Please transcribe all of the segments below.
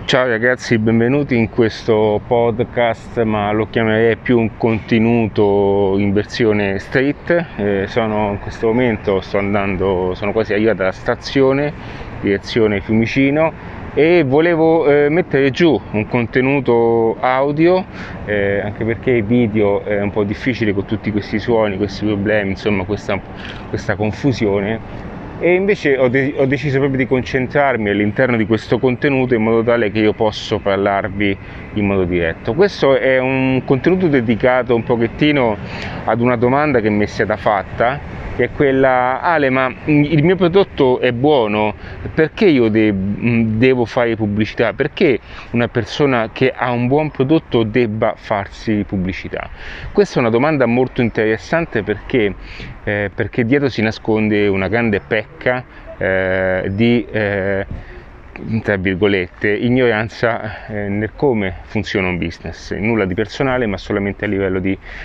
Ciao ragazzi, benvenuti in questo podcast, ma lo chiamerei più un contenuto in versione street. In questo momento sono quasi arrivato alla stazione, direzione Fiumicino, e volevo mettere giù un contenuto audio, anche perché il video è un po' difficile con tutti questi suoni, questi problemi, insomma questa confusione. E invece ho deciso proprio di concentrarmi all'interno di questo contenuto in modo tale che io posso parlarvi in modo diretto. Questo è un contenuto dedicato un pochettino ad una domanda che mi è stata fatta, che è quella: Ale, ma il mio prodotto è buono, perché io devo fare pubblicità? Perché una persona che ha un buon prodotto debba farsi pubblicità? Questa è una domanda molto interessante perché dietro si nasconde una grande pecca di tra virgolette ignoranza nel come funziona un business. Nulla di personale, ma solamente a livello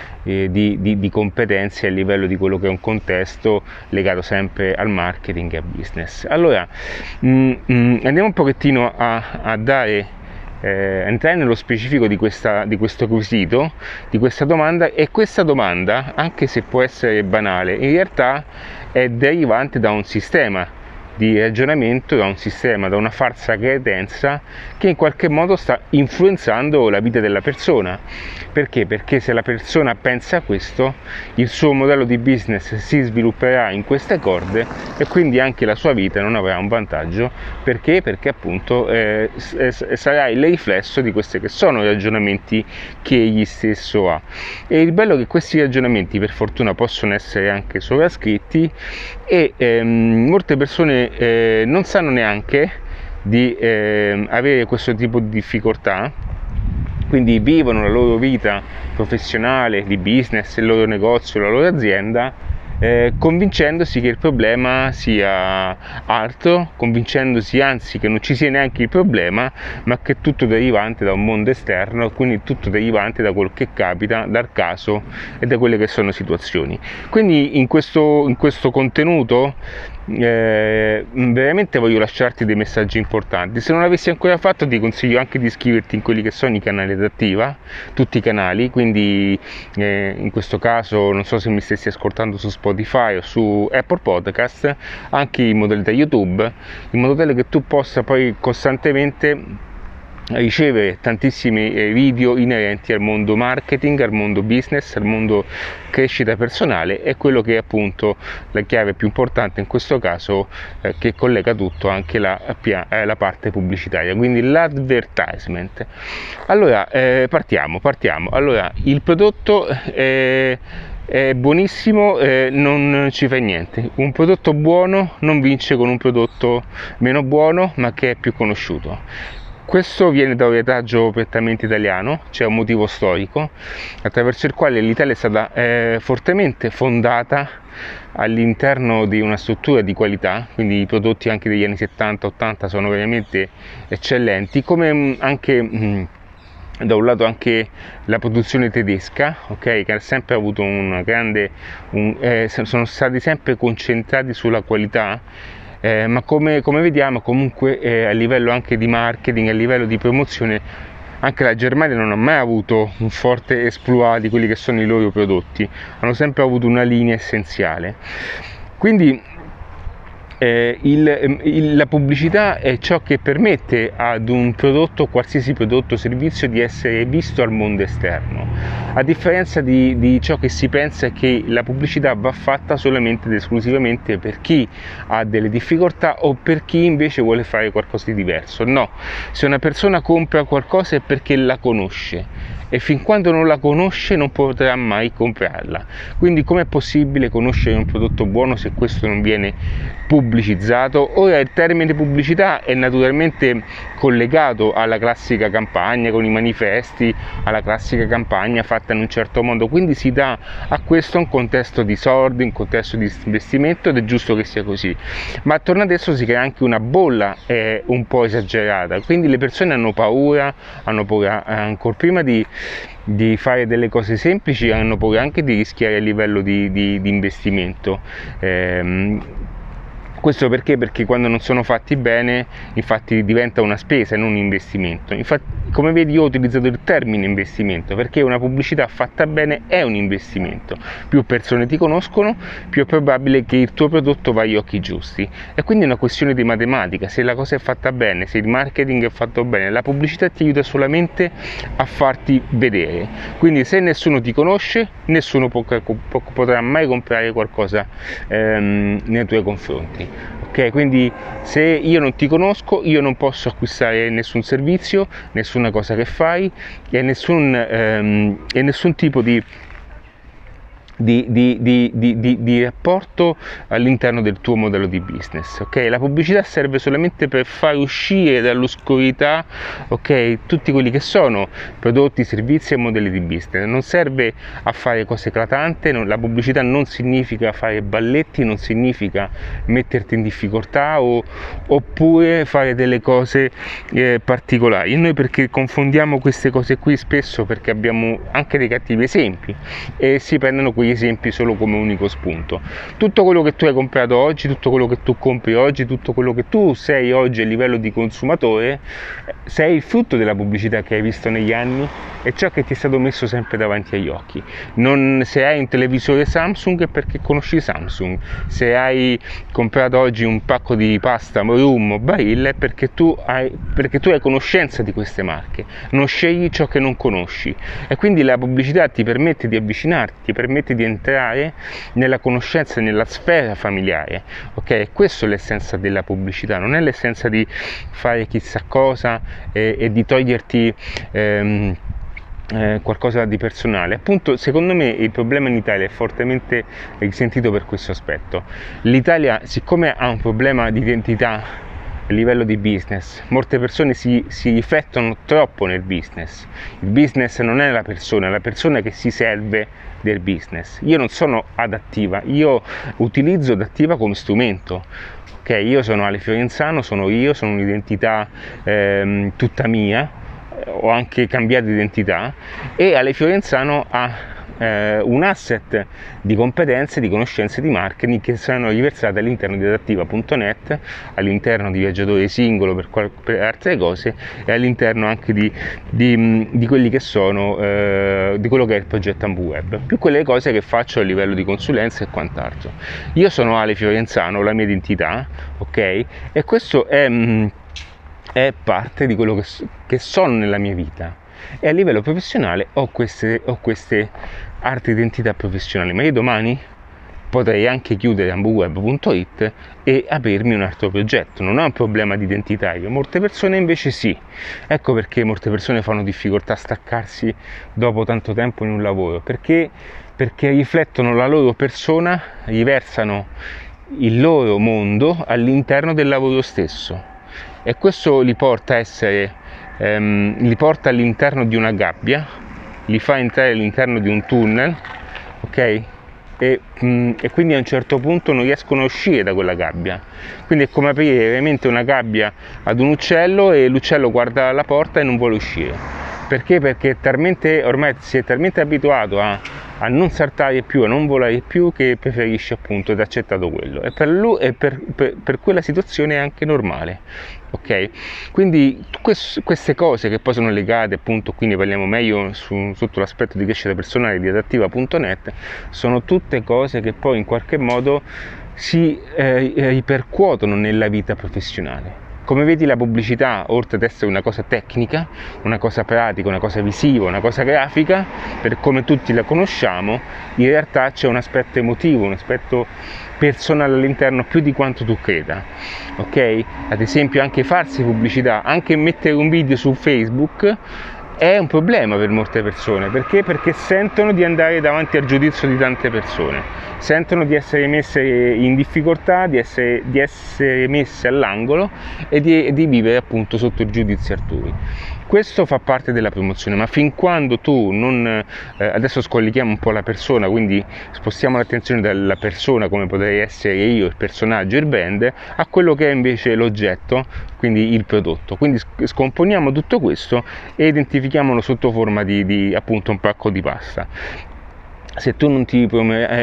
di competenze, a livello di quello che è un contesto legato sempre al marketing e al business. Allora andiamo un pochettino a entrare nello specifico di questo quesito, di questa domanda. E questa domanda, anche se può essere banale, in realtà è derivante da un sistema di ragionamento, da una falsa credenza che in qualche modo sta influenzando la vita della persona. Perché? Perché se la persona pensa a questo, il suo modello di business si svilupperà in queste corde e quindi anche la sua vita non avrà un vantaggio. Perché? Perché appunto sarà il riflesso di questi che sono i ragionamenti che egli stesso ha. E il bello è che questi ragionamenti, per fortuna, possono essere anche sovrascritti e molte persone non sanno neanche di avere questo tipo di difficoltà, quindi vivono la loro vita professionale, di business, il loro negozio, la loro azienda, convincendosi che il problema sia altro, convincendosi anzi che non ci sia neanche il problema, ma che è tutto derivante da un mondo esterno, quindi tutto derivante da quel che capita, dal caso e da quelle che sono situazioni. Quindi in questo contenuto veramente voglio lasciarti dei messaggi importanti. Se non l'avessi ancora fatto, ti consiglio anche di iscriverti in quelli che sono i canali adattiva, tutti i canali, quindi in questo caso non so se mi stessi ascoltando su Spotify o su Apple Podcast, anche in modalità YouTube, in modo tale che tu possa poi costantemente ricevere tantissimi video inerenti al mondo marketing, al mondo business, al mondo crescita personale, e quello che è appunto la chiave più importante in questo caso, che collega tutto, anche la parte pubblicitaria, quindi l'advertisement. Allora partiamo. Allora, il prodotto è buonissimo, non ci fa niente. Un prodotto buono non vince con un prodotto meno buono, ma che è più conosciuto. Questo viene da un retaggio prettamente italiano, c'è un motivo storico attraverso il quale l'Italia è stata fortemente fondata all'interno di una struttura di qualità, quindi i prodotti anche degli anni 70-80 sono veramente eccellenti, come anche da un lato anche la produzione tedesca, che ha sempre avuto una grande, sono stati sempre concentrati sulla qualità. Ma come vediamo comunque a livello anche di marketing, a livello di promozione, anche la Germania non ha mai avuto un forte exploit di quelli che sono i loro prodotti, hanno sempre avuto una linea essenziale. Quindi la pubblicità è ciò che permette ad un prodotto, qualsiasi prodotto o servizio, di essere visto al mondo esterno, a differenza di ciò che si pensa, che la pubblicità va fatta solamente ed esclusivamente per chi ha delle difficoltà o per chi invece vuole fare qualcosa di diverso. No, se una persona compra qualcosa è perché la conosce, e fin quando non la conosce non potrà mai comprarla. Quindi com'è possibile conoscere un prodotto buono se questo non viene pubblicizzato? Ora, il termine pubblicità è naturalmente collegato alla classica campagna con i manifesti, alla classica campagna fatta in un certo modo, quindi si dà a questo un contesto di soldi, un contesto di investimento, ed è giusto che sia così. Ma attorno adesso si crea anche una bolla un po' esagerata, quindi le persone hanno paura ancora prima di fare delle cose semplici, hanno paura anche di rischiare a livello di investimento. Questo perché? Perché quando non sono fatti bene, infatti diventa una spesa e non un investimento. Infatti, come vedi, io ho utilizzato il termine investimento perché una pubblicità fatta bene è un investimento. Più persone ti conoscono, più è probabile che il tuo prodotto va agli occhi giusti. E quindi è una questione di matematica. Se la cosa è fatta bene, se il marketing è fatto bene, la pubblicità ti aiuta solamente a farti vedere. Quindi se nessuno ti conosce, nessuno potrà mai comprare qualcosa nei tuoi confronti. Ok, quindi se io non ti conosco, io non posso acquistare nessun servizio, nessuna cosa che fai e nessun tipo di rapporto all'interno del tuo modello di business. Ok, la pubblicità serve solamente per far uscire dall'oscurità, ok, tutti quelli che sono prodotti, servizi e modelli di business. Non serve a fare cose eclatanti. La pubblicità non significa fare balletti, non significa metterti in difficoltà oppure fare delle cose particolari. E noi perché confondiamo queste cose qui spesso? Perché abbiamo anche dei cattivi esempi e si prendono quegli esempi solo come unico spunto. Tutto quello che tu hai comprato oggi, tutto quello che tu compri oggi, tutto quello che tu sei oggi a livello di consumatore, sei il frutto della pubblicità che hai visto negli anni e ciò che ti è stato messo sempre davanti agli occhi. Se hai un televisore Samsung è perché conosci Samsung, se hai comprato oggi un pacco di pasta Rum o Barilla è perché tu hai conoscenza di queste marche, non scegli ciò che non conosci e quindi la pubblicità ti permette di avvicinarti, ti permette di entrare nella conoscenza e nella sfera familiare. Ok, questo è l'essenza della pubblicità, non è l'essenza di fare chissà cosa e di toglierti qualcosa di personale. Appunto, secondo me il problema in Italia è fortemente risentito per questo aspetto. L'Italia, siccome ha un problema di identità a livello di business, molte persone si riflettono troppo nel business. Il business non è la persona che si serve del business. Io non sono adattiva, io utilizzo adattiva come strumento. Ok, io sono Ale Fiorenzano, sono un'identità tutta mia, ho anche cambiato identità e Ale Fiorenzano ha un asset di competenze, di conoscenze di marketing che saranno riversate all'interno di adattiva.net, all'interno di Viaggiatore Singolo per altre cose e all'interno anche di quelli che sono di quello che è il progetto AmbuWeb, più quelle cose che faccio a livello di consulenza e quant'altro. Io sono Ale Fiorenzano, la mia identità, ok? E questo è parte di quello che sono nella mia vita e a livello professionale ho queste altre identità professionali, ma io domani potrei anche chiudere AmbuWeb.it e aprirmi un altro progetto. Non ho un problema di identitario, molte persone invece sì. Ecco perché molte persone fanno difficoltà a staccarsi dopo tanto tempo in un lavoro, perché riflettono la loro persona, riversano il loro mondo all'interno del lavoro stesso e questo li porta all'interno di una gabbia, li fa entrare all'interno di un tunnel, ok? E quindi a un certo punto non riescono a uscire da quella gabbia. Quindi è come aprire veramente una gabbia ad un uccello e l'uccello guarda la porta e non vuole uscire. Perché? Perché ormai si è talmente abituato a non saltare più, a non volare più, che preferisce appunto ed ha accettato quello. E per lui e per quella situazione è anche normale. Ok? Quindi queste cose che poi sono legate, appunto, qui ne parliamo meglio sotto l'aspetto di crescita personale di adattiva.net, sono tutte cose che poi in qualche modo si ripercuotono nella vita professionale. Come vedi, la pubblicità, oltre ad essere una cosa tecnica, una cosa pratica, una cosa visiva, una cosa grafica, per come tutti la conosciamo, in realtà c'è un aspetto emotivo, un aspetto personale all'interno più di quanto tu creda. Ok? Ad esempio anche farsi pubblicità, anche mettere un video su Facebook è un problema per molte persone. Perché? Perché sentono di andare davanti al giudizio di tante persone, sentono di essere messe in difficoltà, di essere messe all'angolo e di vivere appunto sotto il giudizio altrui. Questo fa parte della promozione, ma fin quando tu non... adesso scolleghiamo un po' la persona, quindi spostiamo l'attenzione dalla persona, come potrei essere io, il personaggio, il brand, a quello che è invece l'oggetto, quindi il prodotto. Quindi scomponiamo tutto questo e identifichiamolo sotto forma di appunto un pacco di pasta. se tu non ti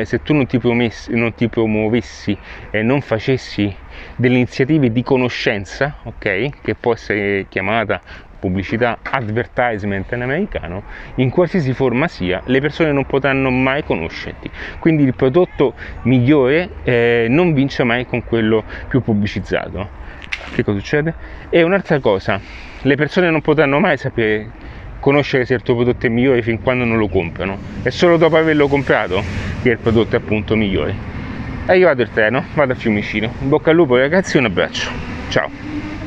promuovessi e non facessi delle iniziative di conoscenza, ok, che può essere chiamata pubblicità, advertisement in americano, in qualsiasi forma sia, le persone non potranno mai conoscerti. Quindi il prodotto migliore non vince mai con quello più pubblicizzato. Che cosa succede? E un'altra cosa, le persone non potranno mai conoscere se il tuo prodotto è migliore fin quando non lo comprano. È solo dopo averlo comprato che il prodotto è appunto migliore. È arrivato il treno, vado a Fiumicino. In bocca al lupo ragazzi, un abbraccio. Ciao!